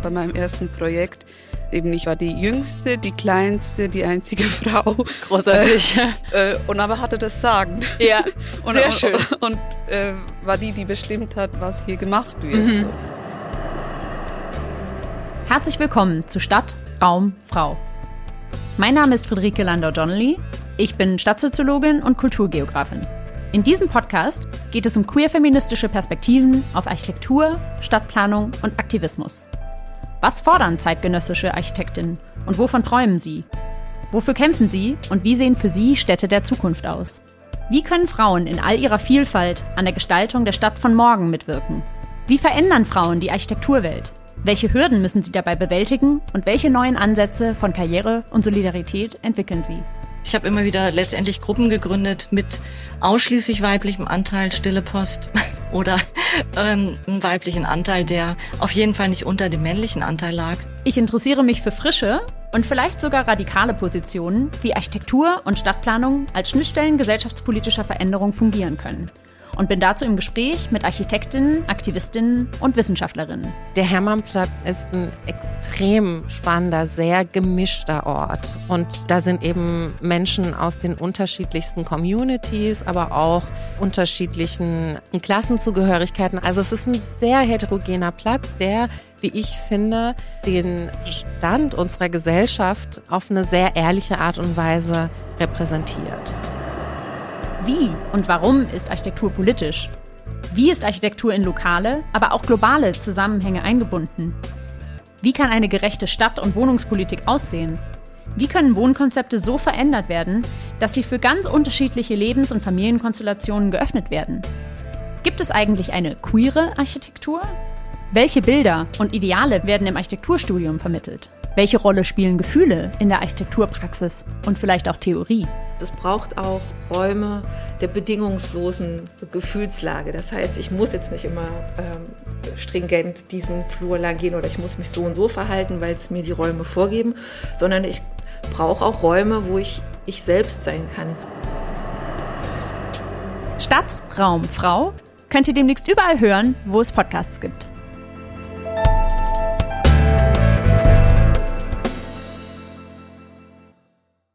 bei meinem ersten Projekt. Eben, ich war die Jüngste, die Kleinste, die einzige Frau. Großartig. Und aber hatte das Sagen. Ja, sehr schön. Und war die bestimmt hat, was hier gemacht wird. Mhm. Herzlich willkommen zu Stadt, Raum, Frau. Mein Name ist Friederike Landau-Donnelly. Ich bin Stadtsoziologin und Kulturgeografin. In diesem Podcast geht es um queer-feministische Perspektiven auf Architektur, Stadtplanung und Aktivismus. Was fordern zeitgenössische Architektinnen und wovon träumen sie? Wofür kämpfen sie und wie sehen für sie Städte der Zukunft aus? Wie können Frauen in all ihrer Vielfalt an der Gestaltung der Stadt von morgen mitwirken? Wie verändern Frauen die Architekturwelt? Welche Hürden müssen sie dabei bewältigen und welche neuen Ansätze von Karriere und Solidarität entwickeln sie? Ich habe immer wieder letztendlich Gruppen gegründet mit ausschließlich weiblichem Anteil, Stille Post, oder einen weiblichen Anteil, der auf jeden Fall nicht unter dem männlichen Anteil lag. Ich interessiere mich für frische und vielleicht sogar radikale Positionen, wie Architektur und Stadtplanung als Schnittstellen gesellschaftspolitischer Veränderung fungieren können. Und bin dazu im Gespräch mit Architektinnen, Aktivistinnen und Wissenschaftlerinnen. Der Hermannplatz ist ein extrem spannender, sehr gemischter Ort. Und da sind eben Menschen aus den unterschiedlichsten Communities, aber auch unterschiedlichen Klassenzugehörigkeiten. Also es ist ein sehr heterogener Platz, der, wie ich finde, den Stand unserer Gesellschaft auf eine sehr ehrliche Art und Weise repräsentiert. Wie und warum ist Architektur politisch? Wie ist Architektur in lokale, aber auch globale Zusammenhänge eingebunden? Wie kann eine gerechte Stadt- und Wohnungspolitik aussehen? Wie können Wohnkonzepte so verändert werden, dass sie für ganz unterschiedliche Lebens- und Familienkonstellationen geöffnet werden? Gibt es eigentlich eine queere Architektur? Welche Bilder und Ideale werden im Architekturstudium vermittelt? Welche Rolle spielen Gefühle in der Architekturpraxis und vielleicht auch Theorie? Es braucht auch Räume der bedingungslosen Gefühlslage. Das heißt, ich muss jetzt nicht immer stringent diesen Flur lang gehen oder ich muss mich so und so verhalten, weil es mir die Räume vorgeben, sondern ich brauche auch Räume, wo ich selbst sein kann. Stadt, Raum, Frau könnt ihr demnächst überall hören, wo es Podcasts gibt.